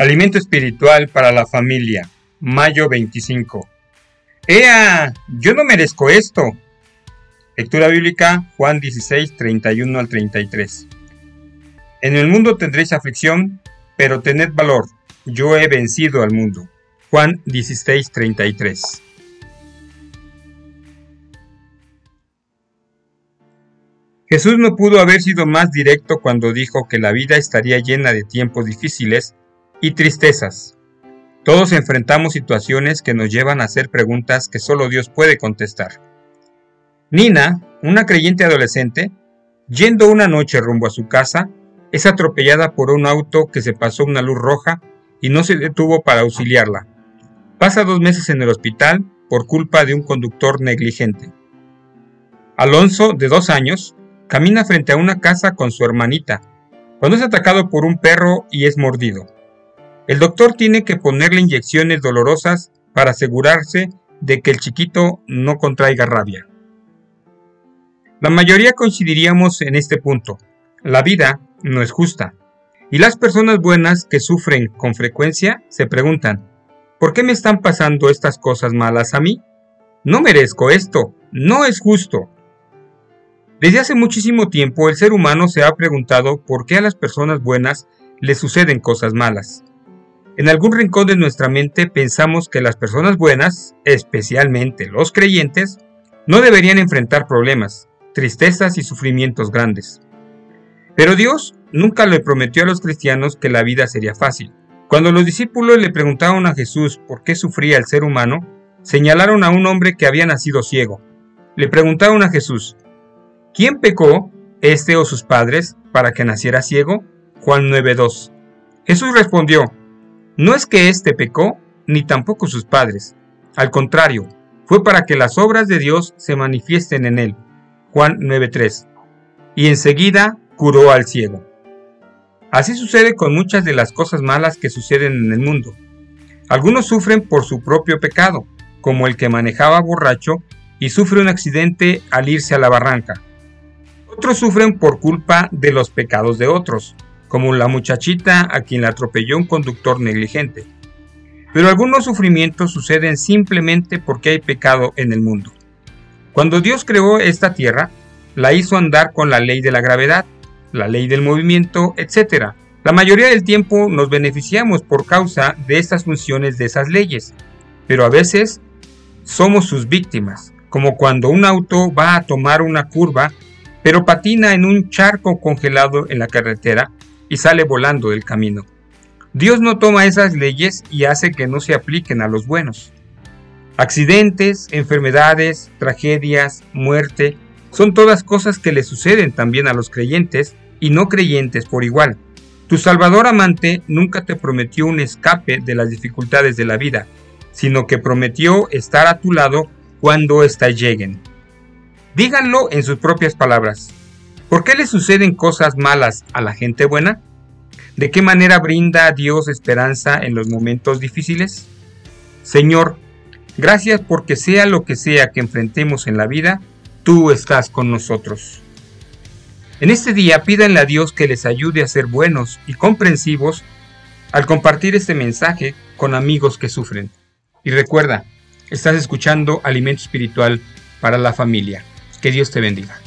Alimento espiritual para la familia, mayo 25. ¡Ea! ¡Yo no merezco esto! Lectura bíblica, Juan 16, 31 al 33. En el mundo tendréis aflicción, pero tened valor, yo he vencido al mundo. Juan 16, 33. Jesús no pudo haber sido más directo cuando dijo que la vida estaría llena de tiempos difíciles y tristezas. Todos enfrentamos situaciones que nos llevan a hacer preguntas que solo Dios puede contestar. Nina, una creyente adolescente, yendo una noche rumbo a su casa, es atropellada por un auto que se pasó una luz roja y no se detuvo para auxiliarla. Pasa 2 meses en el hospital por culpa de un conductor negligente. Alonso, de 2 años, camina frente a una casa con su hermanita, cuando es atacado por un perro y es mordido. El doctor tiene que ponerle inyecciones dolorosas para asegurarse de que el chiquito no contraiga rabia. La mayoría coincidiríamos en este punto. La vida no es justa. Y las personas buenas que sufren con frecuencia se preguntan, ¿por qué me están pasando estas cosas malas a mí? No merezco esto, no es justo. Desde hace muchísimo tiempo el ser humano se ha preguntado por qué a las personas buenas les suceden cosas malas. En algún rincón de nuestra mente pensamos que las personas buenas, especialmente los creyentes, no deberían enfrentar problemas, tristezas y sufrimientos grandes. Pero Dios nunca le prometió a los cristianos que la vida sería fácil. Cuando los discípulos le preguntaron a Jesús por qué sufría el ser humano, señalaron a un hombre que había nacido ciego. Le preguntaron a Jesús, ¿quién pecó, este o sus padres, para que naciera ciego? Juan 9:2. Jesús respondió, no es que éste pecó, ni tampoco sus padres. Al contrario, fue para que las obras de Dios se manifiesten en él. Juan 9:3. Y enseguida curó al ciego. Así sucede con muchas de las cosas malas que suceden en el mundo. Algunos sufren por su propio pecado, como el que manejaba borracho y sufre un accidente al irse a la barranca. Otros sufren por culpa de los pecados de otros, como la muchachita a quien la atropelló un conductor negligente. Pero algunos sufrimientos suceden simplemente porque hay pecado en el mundo. Cuando Dios creó esta tierra, la hizo andar con la ley de la gravedad, la ley del movimiento, etc. La mayoría del tiempo nos beneficiamos por causa de estas funciones de esas leyes, pero a veces somos sus víctimas, como cuando un auto va a tomar una curva, pero patina en un charco congelado en la carretera y sale volando del camino. Dios no toma esas leyes y hace que no se apliquen a los buenos. Accidentes, enfermedades, tragedias, muerte, son todas cosas que le suceden también a los creyentes y no creyentes por igual. Tu Salvador amante nunca te prometió un escape de las dificultades de la vida, sino que prometió estar a tu lado cuando éstas lleguen. Díganlo en sus propias palabras. ¿Por qué le suceden cosas malas a la gente buena? ¿De qué manera brinda a Dios esperanza en los momentos difíciles? Señor, gracias porque sea lo que sea que enfrentemos en la vida, tú estás con nosotros. En este día pídanle a Dios que les ayude a ser buenos y comprensivos al compartir este mensaje con amigos que sufren. Y recuerda, estás escuchando Alimento Espiritual para la Familia. Que Dios te bendiga.